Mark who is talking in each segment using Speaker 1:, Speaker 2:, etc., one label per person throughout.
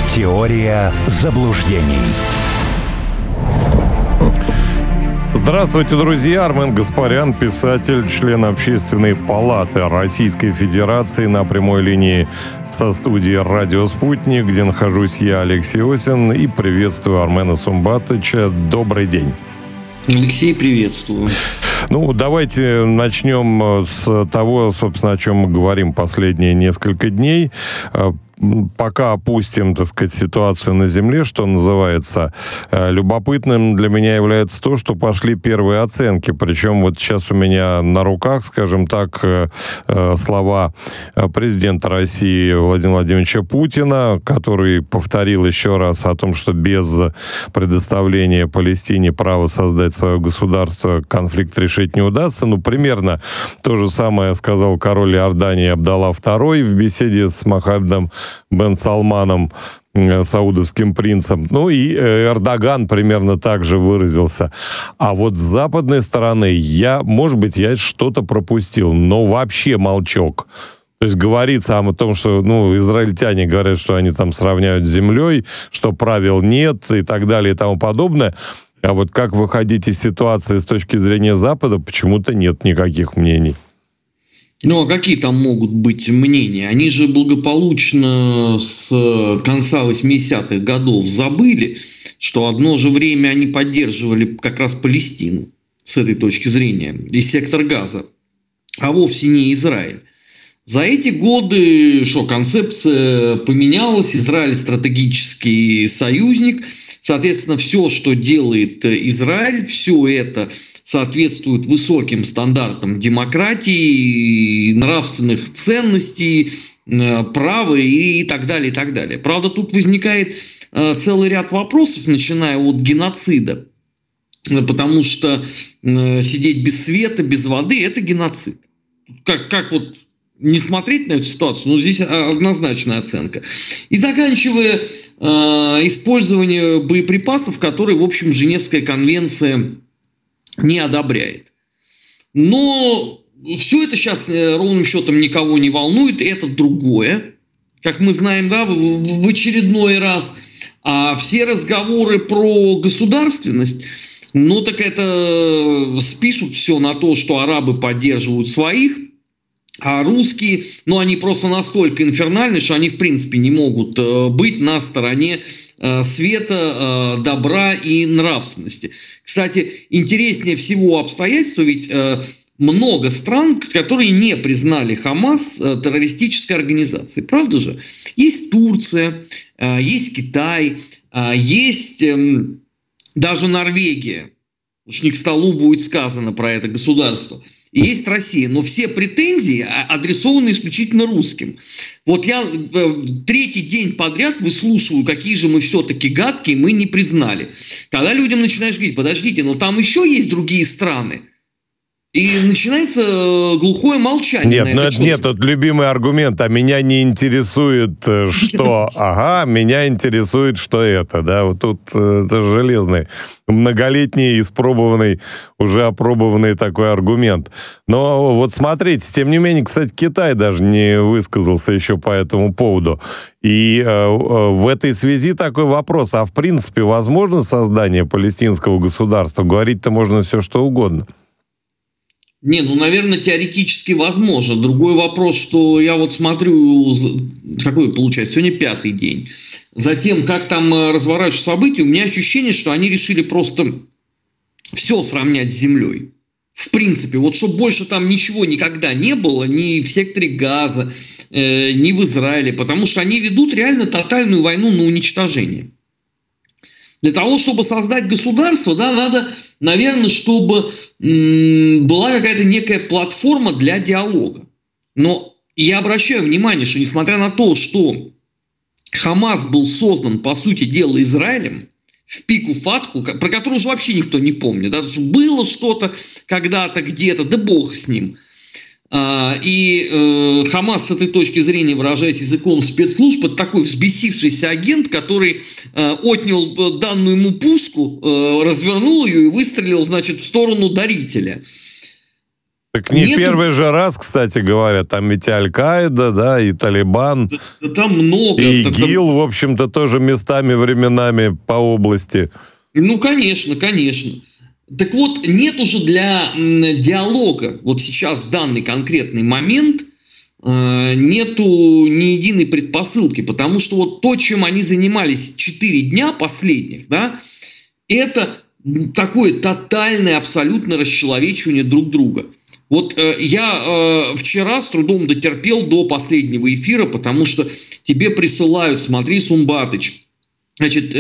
Speaker 1: Теория заблуждений.
Speaker 2: Здравствуйте, друзья! Армен Гаспарян, писатель, член Общественной палаты Российской Федерации, на прямой линии со студии «Радио Спутник», где нахожусь я, Алексей Осин, и приветствую Армена Сумбатовича. Добрый день.
Speaker 3: Алексей, приветствую.
Speaker 2: Давайте начнем с того, собственно, о чем мы говорим последние несколько дней. Пока опустим, так сказать, ситуацию на земле, что называется, любопытным для меня является то, что пошли первые оценки. Причем вот сейчас у меня на руках, скажем так, слова президента России Владимира Владимировича Путина, который повторил еще раз о том, что без предоставления Палестине права создать свое государство конфликт решить не удастся. Примерно то же самое сказал король Иордании Абдалла II в беседе с Мохаммедом бен Салманом, саудовским принцем. И Эрдоган примерно так же выразился. А вот с западной стороны может быть, я что-то пропустил, но вообще молчок. То есть говорится о том, что израильтяне говорят, что они там сравняют с землей, что правил нет и так далее и тому подобное. А вот как выходить из ситуации с точки зрения Запада, почему-то нет никаких мнений.
Speaker 3: А какие там могут быть мнения? Они же благополучно с конца 80-х годов забыли, что одно же время они поддерживали как раз Палестину с этой точки зрения и сектор Газа, а вовсе не Израиль. За эти годы концепция поменялась, Израиль стратегический союзник, соответственно, все, что делает Израиль, все это соответствует высоким стандартам демократии, нравственных ценностей, права и так далее, и так далее. Правда, тут возникает целый ряд вопросов, начиная от геноцида, потому что сидеть без света, без воды – это геноцид. Как не смотреть на эту ситуацию, здесь однозначная оценка. И заканчивая использование боеприпасов, которые, в общем, Женевская конвенция не одобряет. Но все это сейчас ровным счетом никого не волнует, это другое, как мы знаем, в очередной раз. А все разговоры про государственность, так это спишут все на то, что арабы поддерживают своих, а русские, они просто настолько инфернальны, что они в принципе не могут быть на стороне света, добра и нравственности. Кстати, интереснее всего обстоятельство, ведь много стран, которые не признали Хамас террористической организацией. Правда же? Есть Турция, есть Китай, есть даже Норвегия. Уж не к столу будет сказано про это государство. И есть Россия, но все претензии адресованы исключительно русским. Вот я третий день подряд выслушиваю, какие же мы все-таки гадкие, мы не признали. Когда людям начинаешь говорить, подождите, но там еще есть другие страны. И начинается глухое молчание.
Speaker 2: Нет, это любимый аргумент. А меня не интересует, что меня интересует, что это. Да? Вот тут это железный, многолетний, испробованный, уже опробованный такой аргумент. Но вот смотрите, тем не менее, кстати, Китай даже не высказался еще по этому поводу. И в этой связи такой вопрос. А в принципе, возможно создание палестинского государства? Говорить-то можно все, что угодно.
Speaker 3: Наверное, теоретически возможно. Другой вопрос, что я смотрю, какой получается, сегодня 5-й день. Затем, как там разворачиваются события, у меня ощущение, что они решили просто все сравнять с землей. В принципе, чтобы больше там ничего никогда не было, ни в секторе Газа, ни в Израиле, потому что они ведут реально тотальную войну на уничтожение. Для того, чтобы создать государство, надо, наверное, чтобы была какая-то некая платформа для диалога. Но я обращаю внимание, что несмотря на то, что Хамас был создан, по сути дела, Израилем, в пику Фатху, про который уже вообще никто не помнит, что было что-то когда-то, где-то, да бог с ним. И Хамас с этой точки зрения, выражаясь языком спецслужб, это такой взбесившийся агент, который отнял данную ему пушку, развернул ее и выстрелил, в сторону дарителя.
Speaker 2: Так не первый же раз, кстати говоря, там ведь и Аль-Каида, да, и Талибан,
Speaker 3: там много.
Speaker 2: и ИГИЛ, в общем-то, тоже местами, временами по области.
Speaker 3: Ну, конечно, конечно. Так вот, нет уже для диалога, вот сейчас в данный конкретный момент, нету ни единой предпосылки, потому что вот то, чем они занимались 4 дня последних, да, это такое тотальное, абсолютно расчеловечивание друг друга. Вот я вчера с трудом дотерпел до последнего эфира, потому что тебе присылают, смотри, Сумбатыч, значит,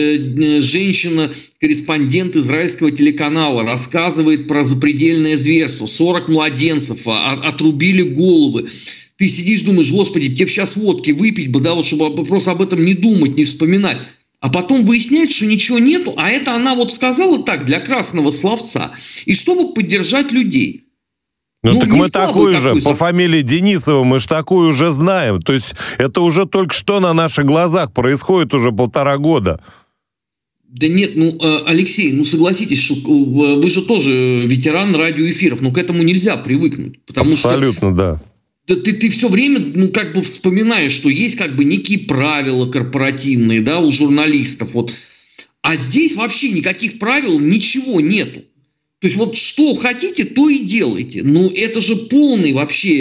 Speaker 3: женщина-корреспондент израильского телеканала рассказывает про запредельное зверство. 40 младенцев отрубили головы. Ты сидишь, думаешь, господи, тебе сейчас водки выпить бы, да, вот чтобы просто об этом не думать, не вспоминать. А потом выясняется, что ничего нету, а это она вот сказала так, для красного словца, и чтобы поддержать людей.
Speaker 2: Ну так мы такую же, по фамилии Денисова, мы же такую уже знаем. То есть это уже только что на наших глазах происходит уже 1,5 года.
Speaker 3: Да нет, ну, Алексей, ну согласитесь, что вы же тоже ветеран радиоэфиров, но к этому нельзя привыкнуть. Потому
Speaker 2: абсолютно,
Speaker 3: что,
Speaker 2: да.
Speaker 3: Ты все время, ну, как бы вспоминаешь, что есть как бы некие правила корпоративные, да, у журналистов. Вот. А здесь вообще никаких правил, ничего нету. То есть вот что хотите, то и делайте. Ну, это же полный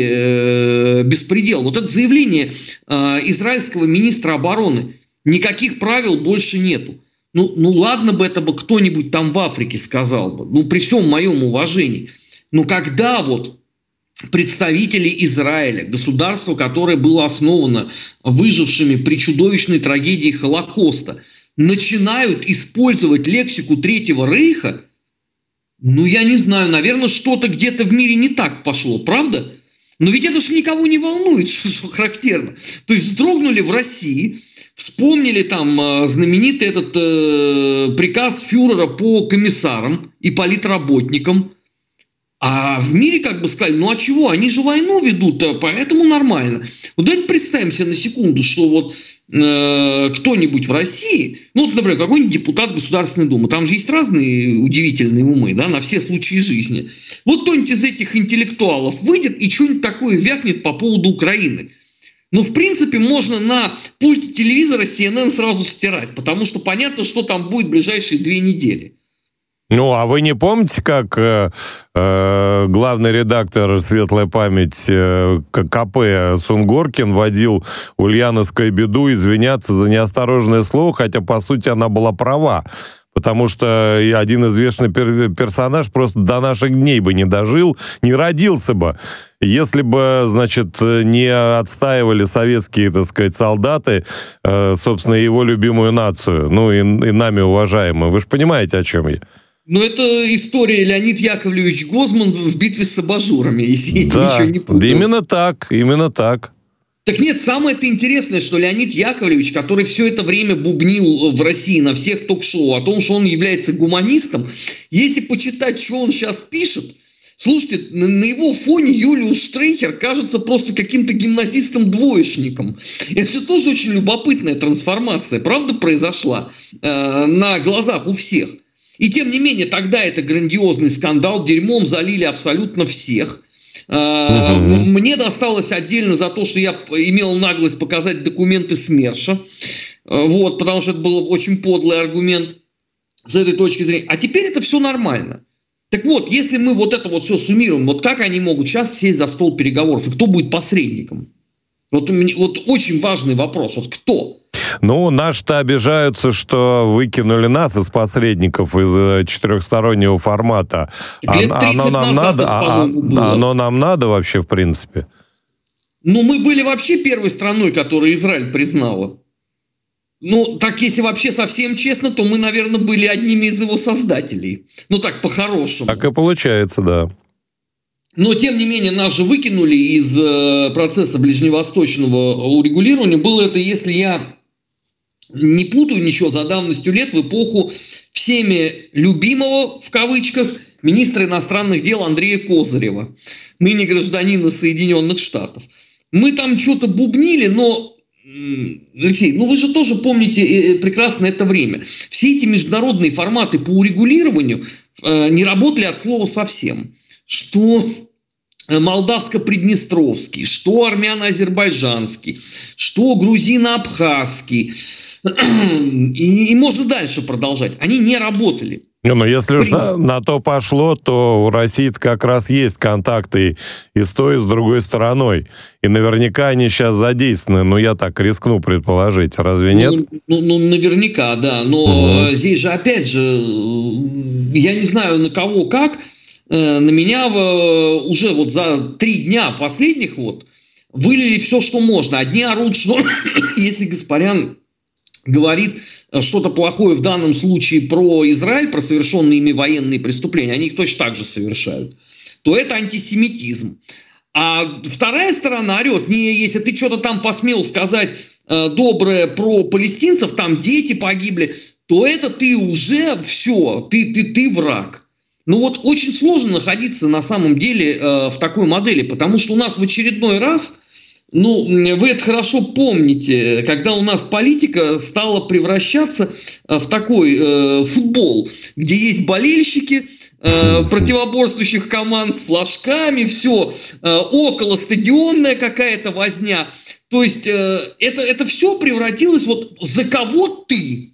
Speaker 3: вообще беспредел. Вот это заявление израильского министра обороны. Никаких правил больше нету. Ну ладно бы это бы кто-нибудь там в Африке сказал бы. Ну, при всем моем уважении. Но когда вот представители Израиля, государства, которое было основано выжившими при чудовищной трагедии Холокоста, начинают использовать лексику Третьего Рейха, ну, я не знаю, наверное, что-то где-то в мире не так пошло, правда? Но ведь это же никого не волнует, что характерно. То есть вздрогнули в России, вспомнили там знаменитый этот приказ фюрера по комиссарам и политработникам. А в мире как бы сказали, ну а чего, они же войну ведут, поэтому нормально. Вот давайте представим себе на секунду, что вот кто-нибудь в России, ну вот, например, какой-нибудь депутат Государственной Думы, там же есть разные удивительные умы, да, на все случаи жизни. Вот кто-нибудь из этих интеллектуалов выйдет и что-нибудь такое вякнет по поводу Украины. Ну, в принципе, можно на пульте телевизора CNN сразу стирать, потому что понятно, что там будет в ближайшие 2 недели.
Speaker 2: Ну, а вы не помните, как главный редактор «Светлая память» КП Сунгоркин водил Ульяновскую беду извиняться за неосторожное слово, хотя, по сути, она была права. Потому что один известный персонаж просто до наших дней бы не дожил, не родился бы, если бы, значит, не отстаивали советские, так сказать, солдаты, собственно, его любимую нацию, ну и нами уважаемую. Вы же понимаете, о чем я? Ну, это история Леонид Яковлевич Гозман в битве с абажурами, если я ничего не путаю. Да, именно так, именно так. Так нет, самое-то интересное, что Леонид Яковлевич, который все это время бубнил в России на всех ток-шоу о том, что он является гуманистом, если почитать, что он сейчас пишет, слушайте, на его фоне Юлиус Штрейхер кажется просто каким-то гимназистом-двоечником. Это тоже очень любопытная трансформация, правда, произошла на глазах у всех. И тем не менее, тогда это грандиозный скандал, дерьмом залили абсолютно всех. Мне досталось отдельно за то, что я имел наглость показать документы СМЕРШа, вот, потому что это был очень подлый аргумент с этой точки зрения. А теперь это все нормально. Так вот, если мы вот это вот все суммируем, вот как они могут сейчас сесть за стол переговоров, и кто будет посредником? Вот очень важный вопрос, вот кто? Ну, наши-то обижаются, что выкинули нас из посредников из четырехстороннего формата. Оно нам надо? Оно нам надо вообще, в принципе? Ну, мы были вообще первой страной, которую Израиль признала. Ну, так если вообще совсем честно, то мы, наверное, были одними из его создателей. Ну, так, по-хорошему. Так и получается, да. Но, тем не менее, нас же выкинули из процесса ближневосточного урегулирования. Было это, если я не путаю ничего, за давностью лет, в эпоху всеми любимого, в кавычках, министра иностранных дел Андрея Козырева, ныне гражданина Соединенных Штатов. Мы там что-то бубнили, но, Алексей, ну вы же тоже помните прекрасно это время. Все эти международные форматы по урегулированию не работали от слова совсем. Что
Speaker 3: молдавско-приднестровский, что армяно-азербайджанский, что грузино-абхазский. И можно дальше продолжать. Они не работали.
Speaker 2: Но если уж на то пошло, то у России как раз есть контакты и с той, и с другой стороной. И наверняка они сейчас задействованы. Я так рискну предположить. Разве нет?
Speaker 3: Наверняка, да. Но здесь же, опять же, я не знаю, на кого как. На меня уже вот за 3 дня последних вылили все, что можно. Одни орут, что если Гаспарян говорит что-то плохое в данном случае про Израиль, про совершенные ими военные преступления, они их точно так же совершают, то это антисемитизм. А вторая сторона орет: не, если ты что-то там посмел сказать доброе про палестинцев, там дети погибли, то это ты уже все, ты враг. Очень сложно находиться на самом деле в такой модели, потому что у нас в очередной раз, вы это хорошо помните, когда у нас политика стала превращаться в такой футбол, где есть болельщики противоборствующих команд с флажками, все, около стадионная какая-то возня. То есть это все превратилось за кого ты.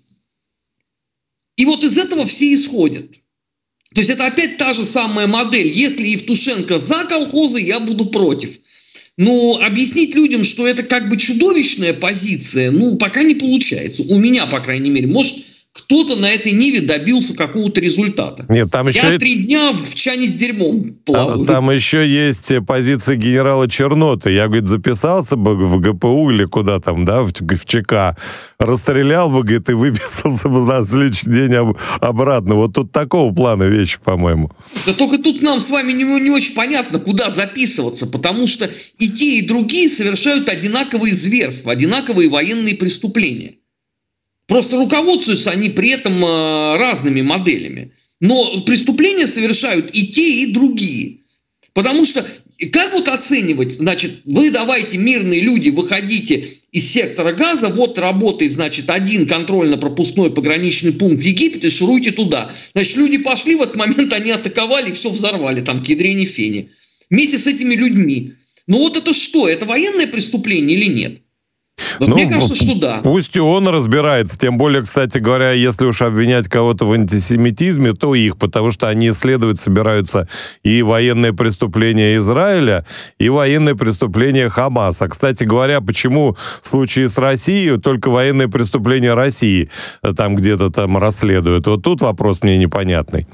Speaker 3: И из этого все исходят. То есть это опять та же самая модель. Если Евтушенко за колхозы, я буду против. Объяснить людям, что это как бы чудовищная позиция, пока не получается. У меня, по крайней мере. Может, кто-то на этой ниве добился какого-то результата.
Speaker 2: Нет, там еще...
Speaker 3: Я 3 дня в чане с дерьмом плаваю.
Speaker 2: Там еще есть позиция генерала Черноты. Я, говорит, записался бы в ГПУ или куда там, да, в ЧК, расстрелял бы, говорит, и выписался бы на следующий день обратно. Тут такого плана вещи, по-моему.
Speaker 3: Да только тут нам с вами не очень понятно, куда записываться, потому что и те, и другие совершают одинаковые зверства, одинаковые военные преступления. Просто руководствуются они при этом разными моделями. Но преступления совершают и те, и другие. Потому что, как оценивать? Значит, вы давайте, мирные люди, выходите из сектора Газа, работает, значит, один контрольно-пропускной пограничный пункт в Египте, шуруйте туда. Значит, люди пошли, в этот момент они атаковали и все взорвали, там, к ядрене фени. Вместе с этими людьми. Это что? Это военное преступление или нет? Мне кажется, что да.
Speaker 2: Пусть он разбирается. Тем более, кстати говоря, если уж обвинять кого-то в антисемитизме, то их, потому что они исследовать собираются и военные преступления Израиля, и военные преступления Хамаса. Кстати говоря, почему в случае с Россией только военные преступления России там где-то там расследуют? Тут вопрос мне непонятный.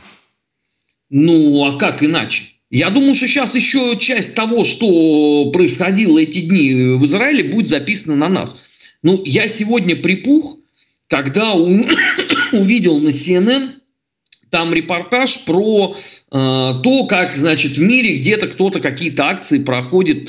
Speaker 3: А как иначе? Я думаю, что сейчас еще часть того, что происходило эти дни в Израиле, будет записана на нас. Я сегодня припух, когда увидел на CNN там репортаж про то, как, значит, в мире где-то кто-то какие-то акции проводит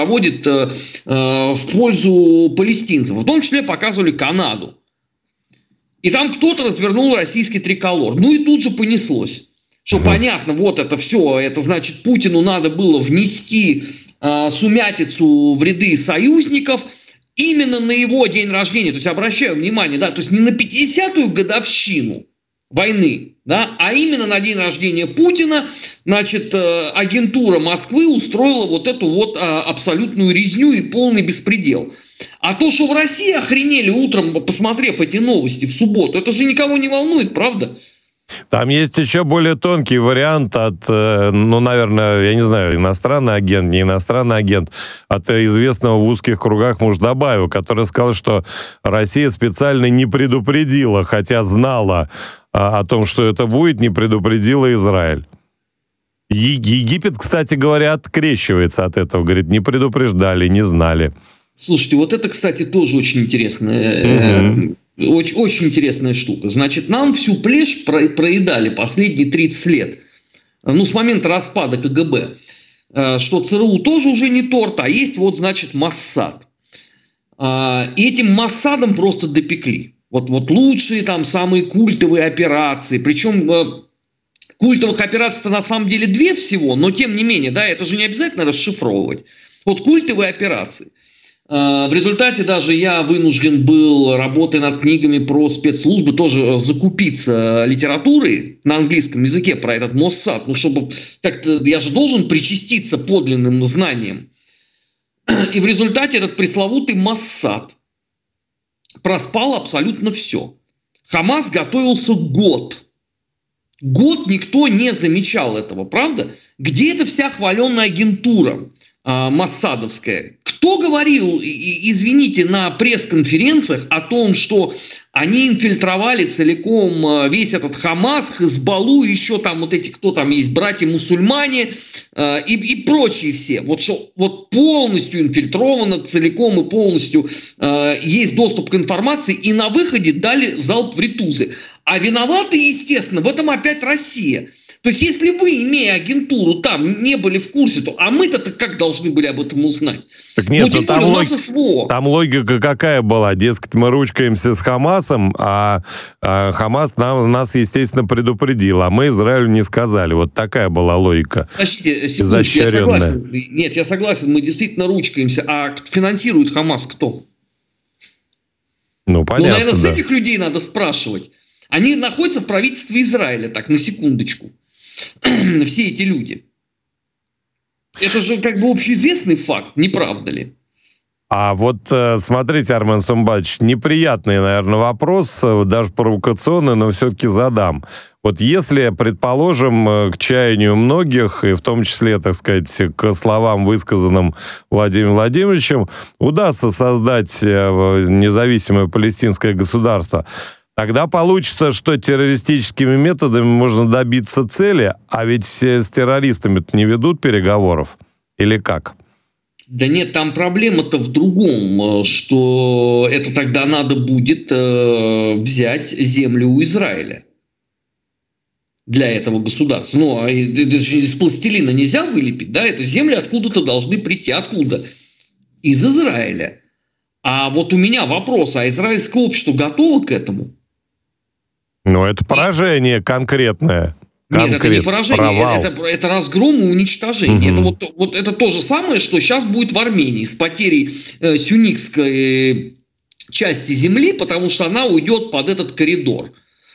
Speaker 3: в пользу палестинцев. В том числе показывали Канаду. И там кто-то развернул российский триколор. И тут же понеслось. Что понятно, это все, это значит, Путину надо было внести сумятицу в ряды союзников именно на его день рождения. То есть, обращаю внимание, да, то есть не на 50-ю годовщину войны, да, а именно на день рождения Путина, значит, агентура Москвы устроила эту абсолютную резню и полный беспредел. А то, что в России охренели утром, посмотрев эти новости в субботу, это же никого не волнует, правда?
Speaker 2: Там есть еще более тонкий вариант от, наверное, я не знаю, иностранный агент, не иностранный агент, от известного в узких кругах Муждабаева, который сказал, что Россия специально не предупредила, хотя знала о том, что это будет, не предупредила Израиль. Египет, кстати говоря, открещивается от этого, говорит, не предупреждали, не знали.
Speaker 3: Слушайте, это, кстати, тоже очень интересно. Очень интересная штука. Значит, нам всю плешь проедали последние 30 лет. С момента распада КГБ. Что ЦРУ тоже уже не торт, а есть значит, Моссад. И этим Моссадом просто допекли. Лучшие там самые культовые операции. Причем культовых операций-то на самом деле 2 всего, но тем не менее, да, это же не обязательно расшифровывать. Культовые операции. В результате даже я вынужден был, работая над книгами про спецслужбы, тоже закупиться литературой на английском языке про этот Моссад. Ну, чтобы как-то я же должен причаститься подлинным знаниям. И в результате этот пресловутый Моссад проспал абсолютно все. Хамас готовился год. Год никто не замечал этого, правда? Где эта вся хваленая агентура моссадовская? Кто говорил, извините, на пресс-конференциях о том, что они инфильтровали целиком весь этот Хамас, Хезболлу, еще там вот эти, кто там есть, братья-мусульмане и прочие все. Вот что вот полностью инфильтровано целиком и полностью есть доступ к информации, и на выходе дали залп в ритузы. А виноваты, естественно, в этом опять Россия. То есть, если вы, имея агентуру, там не были в курсе, то а мы-то как должны были об этом узнать?
Speaker 2: Так нет, ну, там логика какая была? Дескать, мы ручкаемся с Хамасом, а Хамас нас, естественно, предупредил, а мы Израилю не сказали. Вот такая была логика.
Speaker 3: Подождите, секундочку, я согласен. Нет, я согласен, мы действительно ручкаемся. А финансирует Хамас кто?
Speaker 2: Ну, понятно,
Speaker 3: наверное,
Speaker 2: да.
Speaker 3: С этих людей надо спрашивать. Они находятся в правительстве Израиля, так, на секундочку. Все эти люди. Это же как бы общеизвестный факт, не правда ли?
Speaker 2: А вот смотрите, Армен Сумбатович, неприятный, наверное, вопрос, даже провокационный, но все-таки задам. Вот если, предположим, к чаянию многих, и в том числе, так сказать, к словам, высказанным Владимиром Владимировичем, удастся создать независимое палестинское государство, тогда получится, что террористическими методами можно добиться цели, а ведь с террористами-то не ведут переговоров. Или как?
Speaker 3: Да нет, там проблема-то в другом, что это тогда надо будет взять землю у Израиля для этого государства. Ну, а это же из пластилина нельзя вылепить, да? Это земли откуда-то должны прийти. Откуда? Из Израиля. А вот у меня вопрос, а израильское общество готово к этому?
Speaker 2: Ну, это поражение конкретное.
Speaker 3: Нет, это не поражение, это разгром и уничтожение. Это вот это то же самое, что сейчас будет в Армении с потерей сюннитской части земли, потому что она уйдет под этот коридор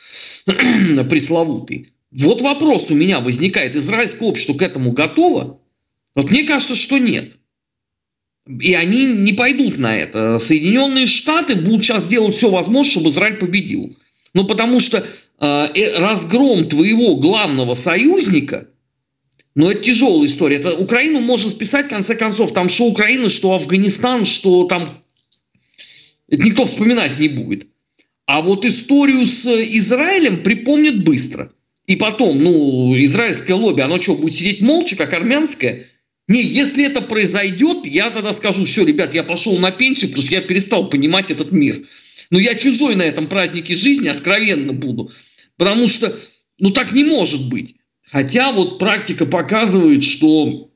Speaker 3: пресловутый. Вот вопрос у меня возникает. Израильское общество к этому готово? Вот мне кажется, что нет. И они не пойдут на это. Соединенные Штаты будут сейчас делать все возможное, чтобы Израиль победил. Ну, потому что разгром твоего главного союзника, ну, это тяжелая история. Это Украину можно списать, в конце концов. Там что Украина, что Афганистан, что там... Это никто вспоминать не будет. А вот историю с Израилем припомнят быстро. И потом, ну, израильское лобби, оно что, будет сидеть молча, как армянское? Не, если это произойдет, я тогда скажу, все, ребят, я пошел на пенсию, потому что я перестал понимать этот мир. Но я чужой на этом празднике жизни, откровенно буду. Потому что, ну, так не может быть. Хотя вот практика показывает, что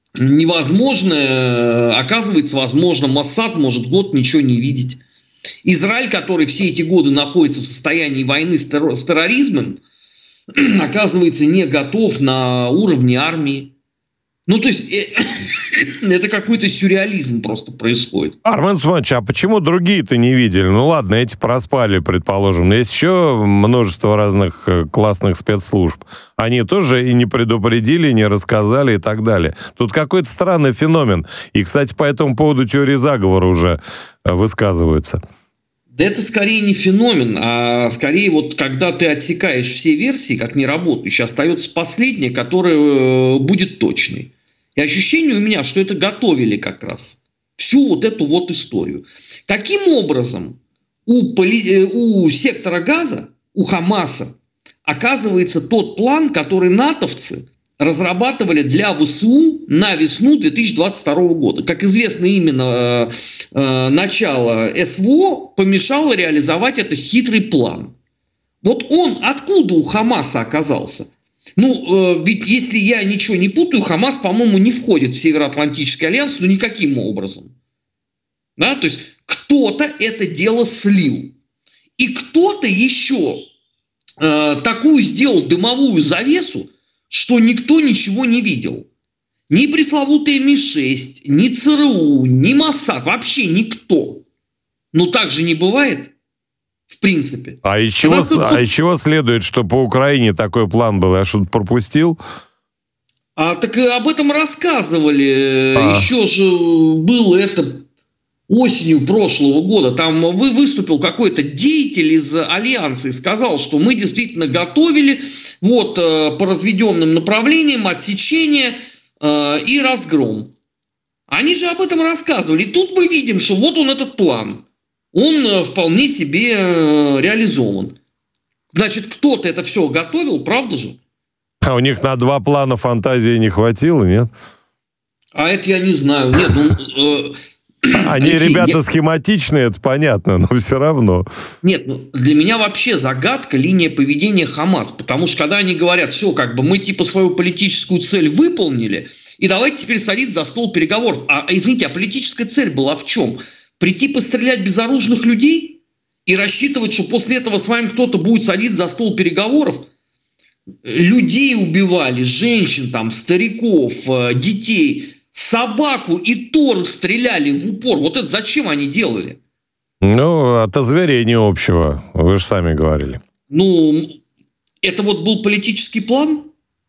Speaker 3: невозможно, оказывается, возможно, Моссад может год ничего не видеть. Израиль, который все эти годы находится в состоянии войны с терроризмом, оказывается, не готов на уровне армии. Ну, то есть, это какой-то сюрреализм просто происходит.
Speaker 2: Армен Сумбатович, а почему другие-то не видели? Ну, ладно, эти проспали, предположим. Но есть еще множество разных классных спецслужб. Они тоже и не предупредили, не рассказали и так далее. Тут какой-то странный феномен. И, кстати, по этому поводу теории заговора уже высказываются.
Speaker 3: Да это скорее не феномен, а скорее вот когда ты отсекаешь все версии, как неработающие, остается последняя, которая будет точной. И ощущение у меня, что это готовили как раз. Всю вот эту вот историю. Каким образом у сектора Газа, у Хамаса, оказывается тот план, который натовцы разрабатывали для ВСУ на весну 2022 года. Как известно, именно начало СВО помешало реализовать этот хитрый план. Вот он откуда у Хамаса оказался? Ну, ведь если я ничего не путаю, Хамас, по-моему, не входит в Североатлантический альянс, ну, никаким образом. Да? То есть кто-то это дело слил. И кто-то еще такую сделал дымовую завесу, что никто ничего не видел. Ни пресловутый Ми-6, ни ЦРУ, ни Моссад, вообще никто. Ну так же не бывает, в принципе.
Speaker 2: А из чего следует, что по Украине такой план был? Я что-то пропустил?
Speaker 3: Так об этом рассказывали. Еще же было это осенью прошлого года. Там выступил какой-то деятель из Альянса и сказал, что мы действительно готовили по разведенным направлениям отсечение и разгром. Они же об этом рассказывали. И тут мы видим, что вот он этот план. Он вполне себе реализован. Значит, кто-то это все готовил, правда же?
Speaker 2: А у них на 2 плана фантазии не хватило, нет?
Speaker 3: А это я не знаю. Нет,
Speaker 2: Они, ребята, схематичные, это понятно, но все равно.
Speaker 3: Нет, для меня вообще загадка линия поведения Хамас. Потому что когда они говорят, все, мы типа свою политическую цель выполнили, и давайте теперь садиться за стол переговоров. Извините, а политическая цель была в чем? Прийти пострелять безоружных людей и рассчитывать, что после этого с вами кто-то будет садиться за стол переговоров? Людей убивали, женщин, стариков, детей, собаку и тор стреляли в упор. Вот это зачем они делали?
Speaker 2: От озверения общего, вы же сами говорили.
Speaker 3: Это был политический план?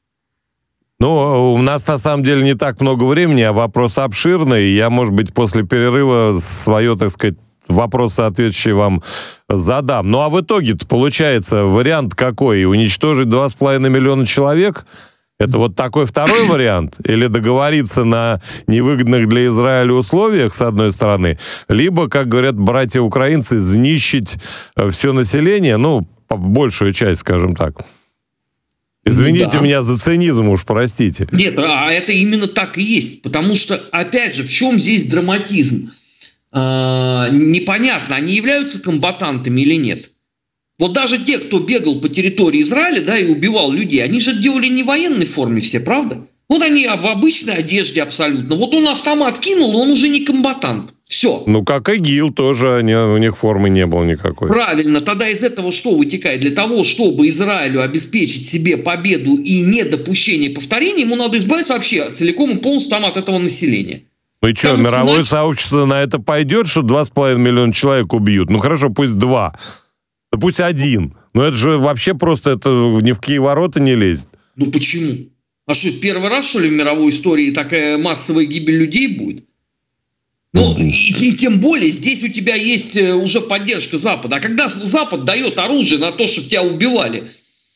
Speaker 2: У нас на самом деле не так много времени, а вопрос обширный. Я, может быть, после перерыва свое, так сказать, вопросы, ответящие вам, задам. А в итоге-то получается вариант какой? Уничтожить 2,5 миллиона человек? Это вот такой второй вариант? Или договориться на невыгодных для Израиля условиях, с одной стороны, либо, как говорят братья-украинцы, знищить все население, большую часть, скажем так. Извините меня за цинизм, уж простите.
Speaker 3: Нет, это именно так и есть. Потому что, опять же, в чем здесь драматизм? Непонятно, они являются комбатантами или нет. Вот даже те, кто бегал по территории Израиля, и убивал людей, они же делали не в военной форме все, правда? Вот они в обычной одежде абсолютно. Вот он автомат кинул, он уже не комбатант. Все.
Speaker 2: Как ИГИЛ тоже, у них формы не было никакой.
Speaker 3: Правильно. Тогда из этого что вытекает? Для того, чтобы Израилю обеспечить себе победу и недопущение повторения, ему надо избавиться вообще целиком и полностью от этого населения.
Speaker 2: И что, мировое сообщество на это пойдет, что 2,5 миллиона человек убьют? Хорошо, пусть 2. Да пусть 1. Это же вообще просто ни в какие ворота не лезет.
Speaker 3: Почему? А что, первый раз, что ли, в мировой истории такая массовая гибель людей будет? И тем более здесь у тебя есть уже поддержка Запада. А когда Запад дает оружие на то, чтобы тебя убивали?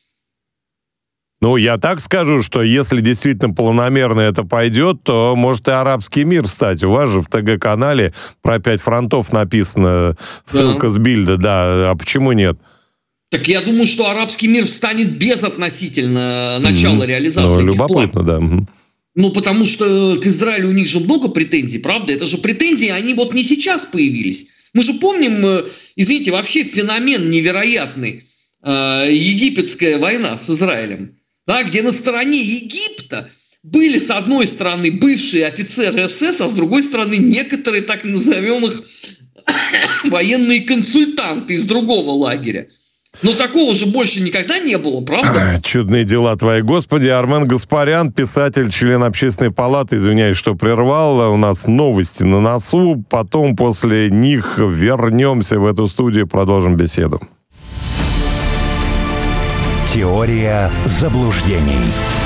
Speaker 2: Я так скажу, что если действительно планомерно это пойдет, то может и арабский мир стать. У вас же в ТГ-канале про 5 фронтов написано, ссылка с Бильда, а почему нет?
Speaker 3: Так я думаю, что арабский мир встанет безотносительно начала реализации этих
Speaker 2: любопытно,
Speaker 3: планов. Да. Потому что к Израилю у них же много претензий, правда? Это же претензии, они не сейчас появились. Мы же помним, извините, вообще феномен невероятный. Египетская война с Израилем. Где на стороне Египта были, с одной стороны, бывшие офицеры СС, а с другой стороны, некоторые, так назовем их, военные консультанты из другого лагеря. Такого же больше никогда не было, правда?
Speaker 2: Чудные дела твои, Господи. Армен Гаспарян, писатель, член Общественной палаты. Извиняюсь, что прервал. У нас новости на носу. Потом, после них, вернемся в эту студию и продолжим беседу.
Speaker 1: Теория заблуждений.